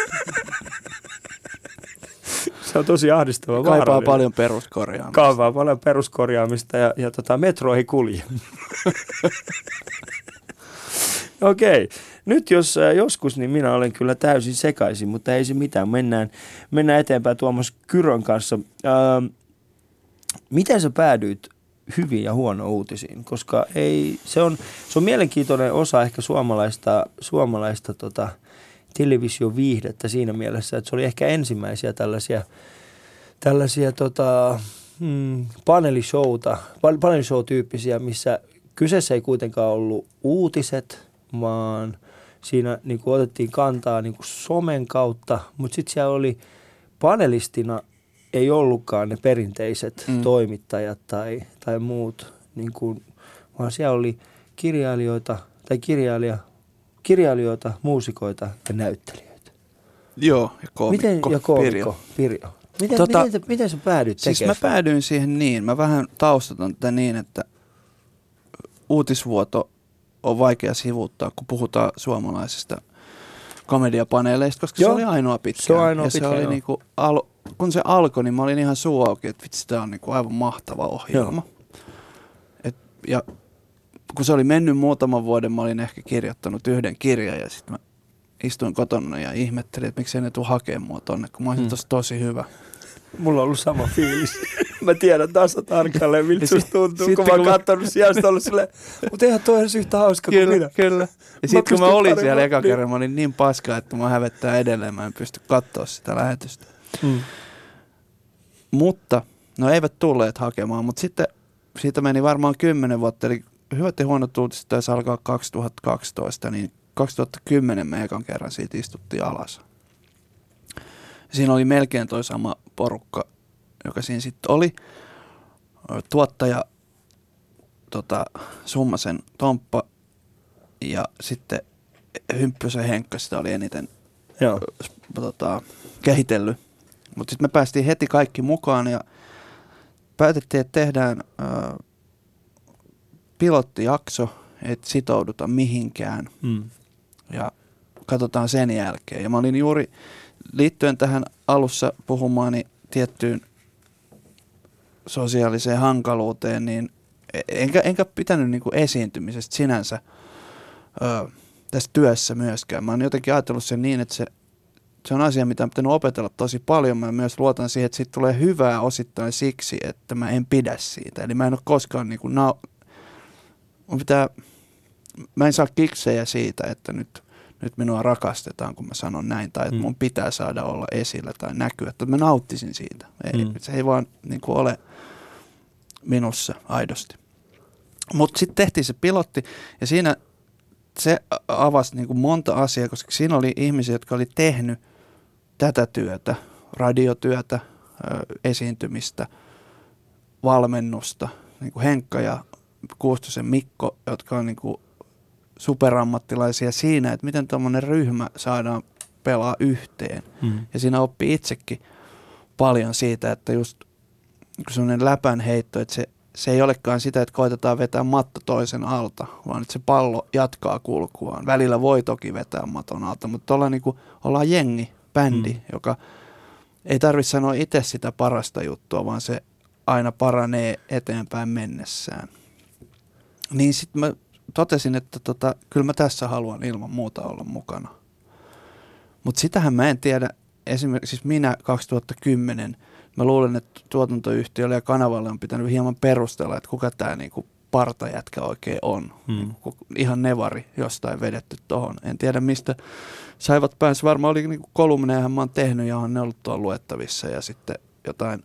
Se on tosi ahdistavaa. Kaipaa vaarallinen. paljon peruskorjaamista. Kaipaa paljon peruskorjaamista ja, ja tota, metro ei kulje. Okei. Okay. Nyt jos äh, joskus, niin minä olen kyllä täysin sekaisin, mutta ei se mitään. Mennään, mennään eteenpäin Tuomas Kyrön kanssa. Ähm, miten sä päädyit hyviin ja huono uutisiin? Koska ei, se, on, se on mielenkiintoinen osa ehkä suomalaista, suomalaista tota, televisioviihdettä siinä mielessä, että se oli ehkä ensimmäisiä tällaisia, tällaisia tota, hmm, paneelishowta, paneelishow-tyyppisiä, missä kyseessä ei kuitenkaan ollut uutiset, vaan siinä niin kuin otettiin kantaa niin kuin somen kautta, mutta sitten siellä oli panelistina ei ollutkaan ne perinteiset mm. toimittajat tai, tai muut, niin kuin, vaan siellä oli kirjailijoita tai kirjailija, kirjailijoita, muusikoita ja näyttelijöitä. Joo, ja koomikko. Miten, ja koomikko, Pirjo. Pirjo. Miten, tota, miten, te, miten sä päädyit tekemään? Siis mä päädyin siihen niin, mä vähän taustatan tätä niin, että uutisvuoto on vaikea sivuuttaa, kun puhutaan suomalaisista komediapaneeleista, koska Joo. se oli ainoa pitkään. Se on ainoa ja pitkään, se oli niinku, al, kun se alkoi, niin mä olin ihan suu auki, että vitsi, tää on niinku aivan mahtava ohjelma. Et, ja kun se oli mennyt muutaman vuoden, mä olin ehkä kirjoittanut yhden kirjan ja sitten mä istuin kotona ja ihmettelin, että miksei ne tule hakemaan mua tonne, kun mä olisin hmm. tossa tosi hyvä. Mulla on ollut sama fiilis. Mä tiedän taas tarkalleen, miltä susta tuntuu, kun mä oon katsonut siellä, ollut silleen, mutta eihän toi edes yhtä hauska kyllä, kuin minä. Kyllä, ja sit kun mä olin siellä eka niin. kerran, mä olin niin paskaa, että mä hävettää edelleen, mä en pysty katsoa sitä lähetystä. Hmm. Mutta, no eivät tulleet hakemaan, mutta sitten siitä meni varmaan kymmenen vuotta, eli Hyvät ja huonot uutiset taisi alkaa kaksituhattakaksitoista, niin kaksituhattakymmenen me ekan kerran siitä istuttiin alas. Siinä oli melkein toi sama porukka, joka siinä sitten oli. Tuottaja tota, Summasen Tomppa ja sitten Hymppösen Henkka, sitä oli eniten Joo. Tota, kehitellyt. Mutta sitten me päästiin heti kaikki mukaan ja päätettiin, että tehdään ää, pilottijakso, että sitouduta mihinkään mm. ja katsotaan sen jälkeen. Ja mä olin juuri liittyen tähän alussa puhumaani tiettyyn sosiaaliseen hankaluuteen, niin enkä, enkä pitänyt niinku esiintymisestä sinänsä ö, tässä työssä myöskään. Mä oon jotenkin ajatellut sen niin, että se, se on asia, mitä on pitänyt opetella tosi paljon. Mä myös luotan siihen, että siitä tulee hyvää osittain siksi, että mä en pidä siitä. Eli mä en ole koskaan niinku nau- mun pitää, mä en saa kiksejä siitä, että nyt, nyt minua rakastetaan, kun mä sanon näin, tai että mm. mun pitää saada olla esillä tai näkyä, että mä nauttisin siitä. Ei, mm. Se ei vaan niin kuin ole minussa aidosti. Mutta sitten tehtiin se pilotti, ja siinä se avasi niin kuin monta asiaa, koska siinä oli ihmisiä, jotka oli tehnyt tätä työtä, radiotyötä, esiintymistä, valmennusta, niin kuin Henkka ja Kuustosen Mikko, jotka on niin kuin superammattilaisia siinä, että miten tuommoinen ryhmä saadaan pelaa yhteen. Hmm. Ja siinä oppii itsekin paljon siitä, että just sellainen läpänheitto, että se, se ei olekaan sitä, että koitetaan vetää matto toisen alta, vaan että se pallo jatkaa kulkuaan. Välillä voi toki vetää maton alta, mutta ollaan, niin kuin, ollaan jengi, bändi, hmm. joka ei tarvitse sanoa itse sitä parasta juttua, vaan se aina paranee eteenpäin mennessään. Niin sitten mä totesin, että tota, kyllä mä tässä haluan ilman muuta olla mukana. Mutta sitähän mä en tiedä, esimerkiksi siis minä kaksituhattakymmenen, mä luulen, että tuotantoyhtiölle ja kanavalle on pitänyt hieman perustella, että kuka tämä niinku partajätkä oikein on. Hmm. Niinku, ihan nevari jostain vedetty tohon. En tiedä mistä saivat päänsä. Varmaan oli niinku kolumnejahan mä oon tehnyt ja on ne ollut tuolla luettavissa ja sitten jotain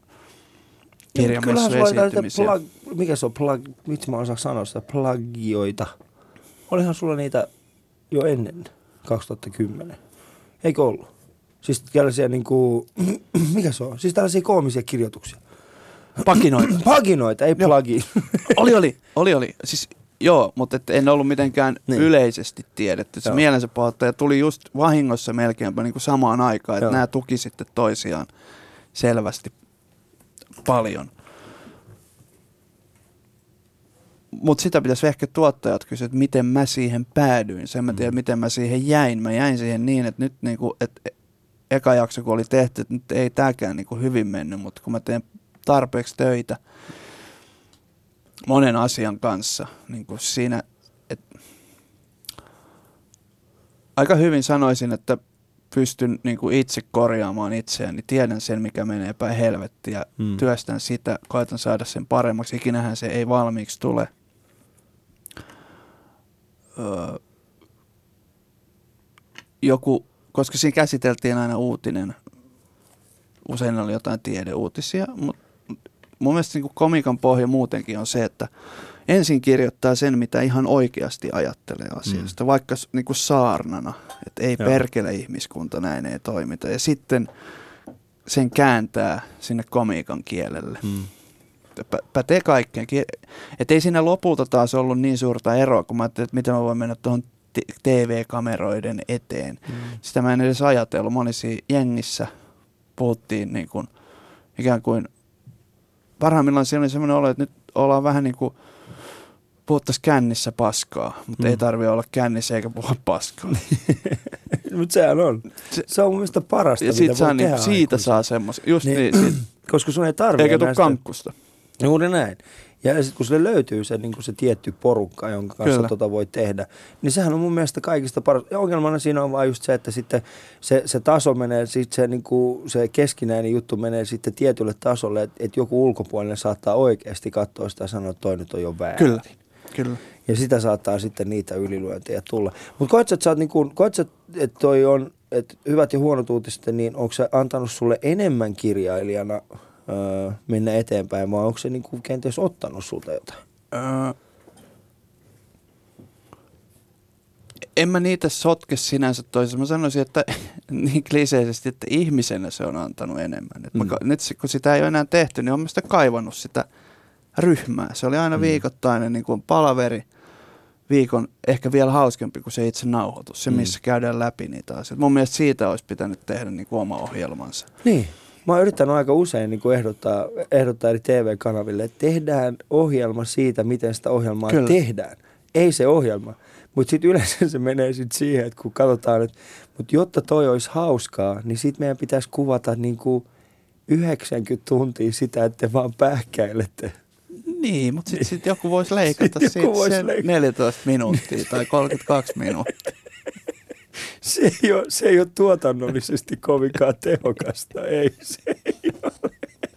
kirjamessuesiintymisiä. Plug, mikä se on? Plug, miksi mä osaan sanoa sitä? Plagioita. Olihan sulla niitä jo ennen kaksituhattakymmenen. Eikö ollut? Siis tällaisia niinku, mikä se on? Siis tällaisia koomisia kirjoituksia. Pakinoita. Pakinoita, ei plagi. oli, oli, oli, oli. Siis joo, mutta et en ollut mitenkään niin. yleisesti tiedetty. Se mielensä pahoittaja tuli just vahingossa melkeinpä niinku samaan aikaan, että nämä tuki sitten toisiaan selvästi paljon. Mutta sitä pitäisi ehkä tuottajat kysyä, että miten mä siihen päädyin. Sen mä tiedän, mm. miten mä siihen jäin. Mä jäin siihen niin, että nyt niinku, et eka jakso kun oli tehty, että nyt ei tääkään niinku hyvin mennyt, mutta kun mä teen tarpeeksi töitä monen asian kanssa, niin kuin siinä, että aika hyvin sanoisin, että pystyn niin kuin itse korjaamaan itseäni, tiedän sen, mikä menee päin helvettiä, ja hmm. työstän sitä, koitan saada sen paremmaksi, ikinähän se ei valmiiksi tule. Öö, joku, koska siinä käsiteltiin aina uutinen, usein oli jotain tiedeuutisia, mutta mun mielestä niin kuin komiikan pohja muutenkin on se, että ensin kirjoittaa sen, mitä ihan oikeasti ajattelee asiasta, mm. vaikka niin kuin saarnana, että ei Joo. perkele ihmiskunta, näin ei toimita. Ja sitten sen kääntää sinne komiikan kielelle. Mm. Pä, pätee kaikkeen. Että ei siinä lopulta taas ollut niin suurta eroa, kun mä ajattelin, että miten mä voin mennä tuohon T V-kameroiden eteen. Mm. Sitä mä en edes ajatellut. Monissa jengissä puhuttiin niin kuin, ikään kuin, parhaimmillaan siellä oli sellainen olo, että nyt ollaan vähän niin kuin puhuttaisiin kännissä paskaa, mutta mm. ei tarvitse olla kännissä eikä puhua paskaa. Mutta sehän on. Se, se on mun mielestä parasta, ja mitä voi niin, tehdä siitä aikuisen. Saa semmoisen. Just niin. niin koska sun ei tarvitse eikä tule kankkusta. Juuri näin. Ja sitten kun sille löytyy se, niin se tietty porukka, jonka kanssa Kyllä. tota voi tehdä, niin sehän on mun mielestä kaikista paras. Ja ongelmana siinä on vaan just se, että sitten se, se taso menee, sit se, niin kuin se keskinäinen juttu menee sitten tietylle tasolle, että, että joku ulkopuolinen saattaa oikeasti katsoa sitä ja sanoa, että toi nyt on jo väärin. Kyllä. Kyllä. Ja sitä saattaa sitten niitä ylilyöntejä tulla. Mutta koet sä, että, niin kuin, koet sä, että toi on, että hyvät ja huonot uutiset, niin onko se antanut sulle enemmän kirjailijana öö, mennä eteenpäin, vai onko se niin kuin kenties ottanut sulta jotain? Öö, en mä niitä sotke sinänsä toisessa. Mä sanoisin, että niin kliseisesti, että ihmisenä se on antanut enemmän. Et mm. mä, nyt kun sitä ei ole enää tehty, niin on mä sitä kaivannut sitä ryhmää. Se oli aina mm. viikoittainen niin kuin palaveri, viikon ehkä vielä hauskempi kuin se itse nauhoitus, se missä mm. käydään läpi niitä asioita. Mun mielestä siitä olisi pitänyt tehdä niin kuin oma ohjelmansa. Niin. Mä oon yrittänyt aika usein niin kuin ehdottaa, ehdottaa eri T V-kanaville, että tehdään ohjelma siitä, miten sitä ohjelmaa Kyllä. tehdään. Ei se ohjelma. Mutta sitten yleensä se menee sit siihen, että kun katsotaan, että mut jotta toi olisi hauskaa, niin sitten meidän pitäisi kuvata niin kuin yhdeksänkymmentä tuntia sitä, että te vaan pähkäilette. Niin, mutta sitten sit joku voisi leikata sit siitä vois sen leikata. neljätoista minuuttia tai kolmekymmentäkaksi minuuttia. Se ei ole, se ei ole tuotannollisesti kovinkaan tehokasta, ei se ei ole.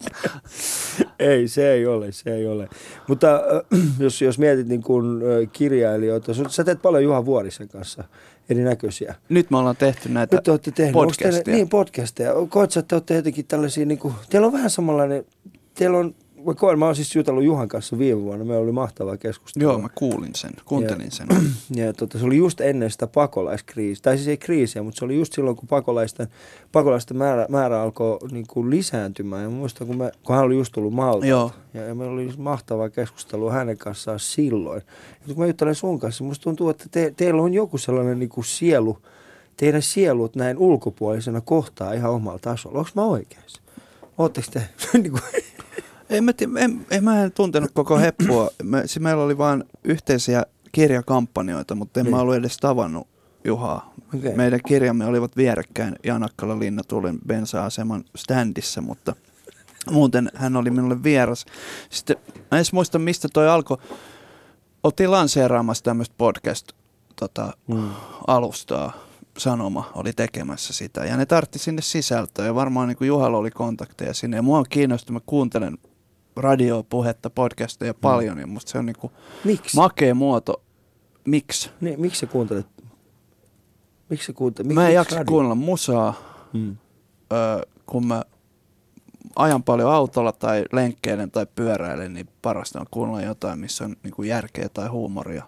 Ei, se ei ole, se ei ole. Mutta äh, jos, jos mietit niin kuin äh, kirjailijoita, sä teet paljon Juha Vuorisen kanssa erinäköisiä. Nyt me ollaan tehty näitä Nyt olette tehnyt. podcasteja. Teille, niin, podcasteja. Koet sä, että olette jotenkin tällaisia, niin kuin, teillä on vähän samanlainen, teillä on, mä koen, mä oon siis jutellut Juhan kanssa viime vuonna, meillä oli mahtavaa keskustelua. Joo, mä kuulin sen, kuuntelin ja, sen. Ja tota, se oli just ennen sitä pakolaiskriisiä, tai siis ei kriisiä, mutta se oli just silloin, kun pakolaisten, pakolaisten määrä, määrä alkoi niin kuin lisääntymään. Ja muistan, kun, me, kun hän oli just tullut Maltalta, Joo. ja, ja meillä oli mahtavaa keskustelua hänen kanssaan silloin. Ja kun mä juttelen sun kanssa, musta tuntuu, että te, teillä on joku sellainen niin kuin sielu, teidän sielut näin ulkopuolisena kohtaa ihan omalla tasolla. Onko mä oikeassa? Ootteko te? En mä, tiedä, en, en mä en tuntenut koko heppua. Me, siis meillä oli vain yhteisiä kirjakampanjoita, mutta en niin. mä ollut edes tavannut Juhaa. Okay. Meidän kirjamme olivat vierekkäin Janakkala Linnatulin bensa-aseman standissa, mutta muuten hän oli minulle vieras. Sitten mä en muista, mistä toi alkoi. Oltiin lanseeraamassa tämmöistä podcast-alustaa. Tota, mm. Sanoma oli tekemässä sitä ja ne tartti sinne sisältöä ja varmaan niin kuin Juhalla oli kontakteja sinne ja mua on kiinnostunut, mä kuuntelen radiopuhetta, podcasteja paljon ja musta se on niin kuin makea muoto. Miksi? Niin, miksi sä kuuntelet? Miksi sä kuuntelet? Mik, mä en jaksa kuunnella musaa, hmm. öö, kun mä ajan paljon autolla tai lenkkeilen tai pyöräilen, niin parasta on kuunnella jotain, missä on niin kuin järkeä tai huumoria.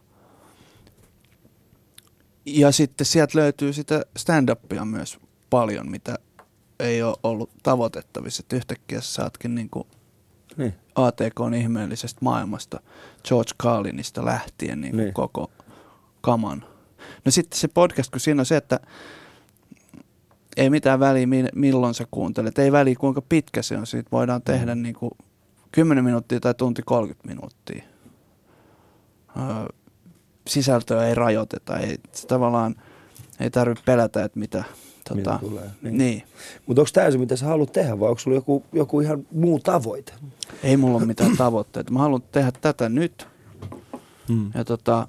Ja sitten sieltä löytyy sitä stand-upia myös paljon, mitä ei ole ollut tavoitettavissa. Että yhtäkkiä sä saatkin niin kuin niin. A T K:n ihmeellisestä maailmasta, George Carlinista lähtien niin kuin niin. koko kaman. No sitten se podcast, kun siinä on se, että ei mitään väliä milloin sä kuuntelet, ei väliä kuinka pitkä se on. Siitä voidaan tehdä niin kuin kymmenen minuuttia tai tunti kolmekymmentä minuuttia. Öö, sisältöä ei rajoiteta, ei tavallaan ei tarvitse pelätä, että mitä, tota, mitä tulee. Niin. niin. Mutta onko tämä se, mitä sä haluat tehdä, vai onko sulla joku, joku ihan muu tavoite? Ei mulla ole mitään tavoitteita. Mä haluan tehdä tätä nyt. Hmm. Ja tota,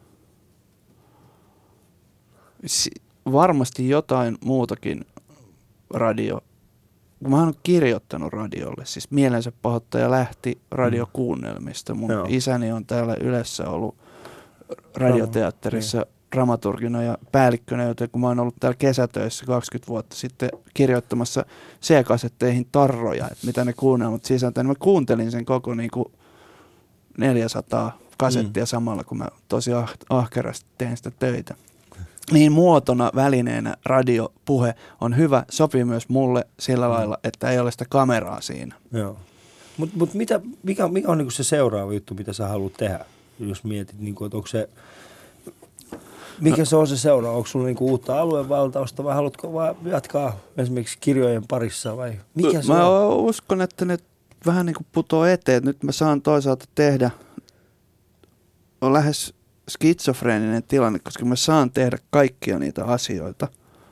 si- varmasti jotain muutakin radio. Mä oon kirjoittanut radiolle, siis Mielensä pahoittaja lähti radiokuunnelmista. Mun Joo. isäni on täällä Ylessä ollut radioteatterissa no, dramaturgina ja päällikkönä, joten kun mä oon ollut täällä kesätöissä kaksikymmentä vuotta sitten kirjoittamassa C-kasetteihin tarroja, että mitä ne kuunnelmat sisältää, niin mä kuuntelin sen koko niin kuin neljäsataa kasettia mm. samalla, kun mä tosi ah- ahkerasti teen sitä töitä. Niin muotona, välineenä radiopuhe on hyvä, sopii myös mulle sillä mm. lailla, että ei ole sitä kameraa siinä. Joo. Mutta mut mitä, mikä, mikä on niinku se seuraava juttu, mitä sä haluat tehdä, jos mietit, niinku, että onko se, mikä no. se on se seuraava? Onko sulla niinku uutta aluevaltausta vai haluatko vaan jatkaa esimerkiksi kirjojen parissa vai mikä se mä on? Mä uskon, että ne vähän niinku putoo eteen. Nyt mä saan toisaalta tehdä, on lähes skitsofreeninen tilanne, koska mä saan tehdä kaikkia niitä asioita,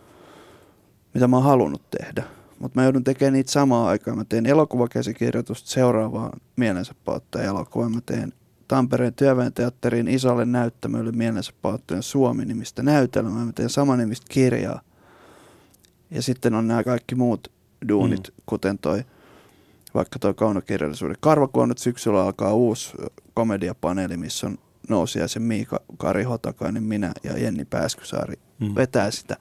mitä mä oon halunnut tehdä. Mutta mä joudun tekemään niitä samaan aikaan. Mä teen elokuvakäsikirjoitusta seuraavaan Mielensä pahoittajan elokuvaan. Mä teen Tampereen Työväen teatterin isolle näyttämölle Mielensä pahoittajan Suomi-nimistä näytelmää. Mä teen samanimistä kirjaa. Ja sitten on nämä kaikki muut duunit, mm. kuten toi, vaikka toi kaunokirjallisuuden Karvakuonnot. Syksyllä alkaa uusi komediapaneeli, missä on Nousiaisen Miika, Kari Hotakainen, minä ja Jenni Pääskysaari mm. vetää sitä.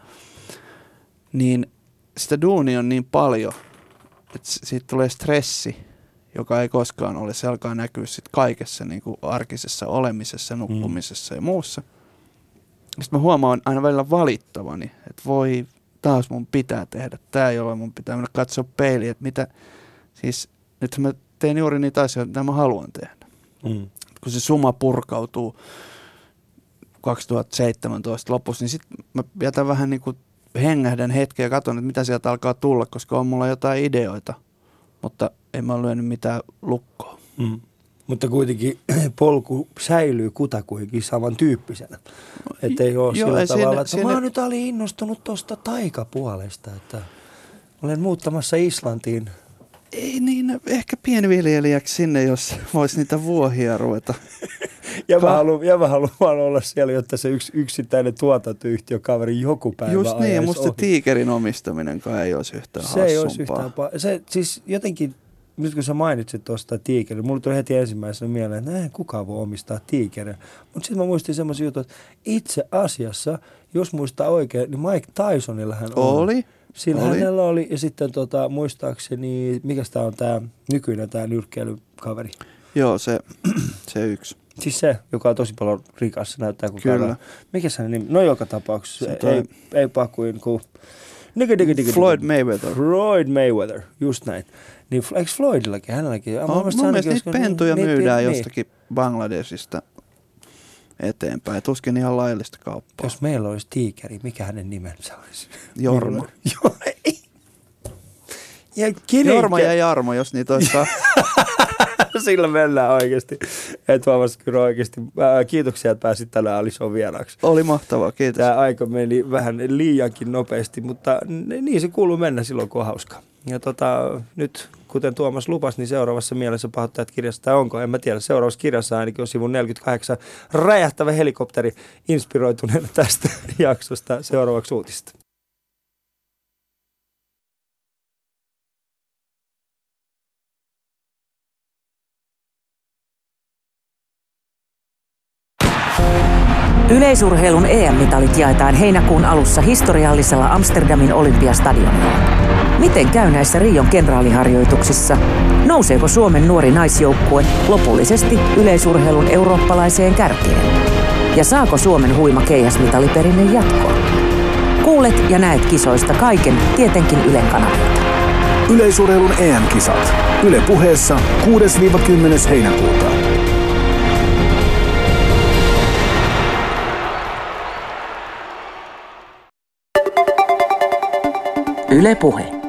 Niin sitä duunia on niin paljon, että siitä tulee stressi, joka ei koskaan ole. Se alkaa näkyä sitten kaikessa niin kuin arkisessa olemisessa, nukkumisessa mm. ja muussa. Sitten mä huomaan aina välillä valittavani, että voi, taas mun pitää tehdä tämä, jolloin mun pitää mennä katsoa peiliin, että mitä, siis nyt mä teen juuri niitä asioita, mitä mä haluan tehdä. Mm. Kun se suma purkautuu kaksituhattaseitsemäntoista lopussa, niin sitten mä jätän vähän niin kuin hengähdän hetken ja katson, että mitä sieltä alkaa tulla, koska on mulla jotain ideoita, mutta en mä ole lyönyt mitään lukkoa. Mm. Mutta kuitenkin polku säilyy kutakuinkin samantyyppisenä. Että ei ole sillä tavalla, siinä, että siinä... mä nyt olin innostunut tuosta taikapuolesta, että olen muuttamassa Islantiin. Ei niin, ehkä pienviljelijäksi sinne, jos voisi niitä vuohia ruveta. Ja mä haluan, ja mä haluan vaan olla siellä, jotta se yksi yksittäinen tuotantoyhtiökaveri joku päivä just niin, ja musta ohi. Tiikerin omistaminenkaan ei olisi yhtään se ei olisi yhtään pa- se siis jotenkin, nyt kun sä mainitsit tuosta Tiikerin, mulle tuli heti ensimmäisenä mieleen, että näin kukaan voi omistaa Tiikerin. Mutta sitten mä muistin semmoisen jutun, että itse asiassa, jos muistaa oikein, niin Mike Tysonillahan oli. on. Sillä oli. Hänellä oli, ja sitten tota, muistaakseni, mikä tämä on tämä nykyinen tämä nyrkkeilykaveri? Joo, se, se yksi. Siis se, joka on tosi paljon rikas, näyttää kuin kyllä. Mikä se nimi? No joka tapauksessa, ei, ei, ei pakuin kuin... Floyd Mayweather. Floyd Mayweather, just näin. Niin eikö Floydillakin, hänelläkin? On, mun mielestä niitä koska, pentuja niin, myydään niin, jostakin niin. Bangladesista eteenpäin. Tuskin ihan laillista kauppaa. Jos meillä olisi tiikeri, mikä hänen nimensä olisi? Jorma. ja Jorma ja Jarmo, jos niitä olisi. Sillä mennään oikeasti. Et huomasi kyllä oikeasti. Kiitoksia, että pääsit tänään Alishon vieraaksi. Oli mahtavaa, kiitos. Tämä aika meni vähän liiankin nopeasti, mutta niin se kuuluu mennä silloin, kun on hauskaa. Ja tota, nyt, kuten Tuomas lupasi, niin seuraavassa Mielensä pahoittajat kirjassa, tai onko, en mä tiedä, seuraavassa kirjassa ainakin on sivun neljäkymmentäkahdeksan räjähtävä helikopteri inspiroituneena tästä jaksosta seuraavaksi uutista. Yleisurheilun E M-mitalit jaetaan heinäkuun alussa historiallisella Amsterdamin Olympiastadionilla. Miten käy näissä Rion kenraaliharjoituksissa? Nouseeko Suomen nuori naisjoukkue lopullisesti yleisurheilun eurooppalaiseen kärkeen? Ja saako Suomen huima keihäsmitaliperinne jatkoa? Kuulet ja näet kisoista kaiken tietenkin Ylen kanavilta. Yleisurheilun E M-kisat. Yle Puheessa kuudesta kymmeneen heinäkuuta. Yle Puhe.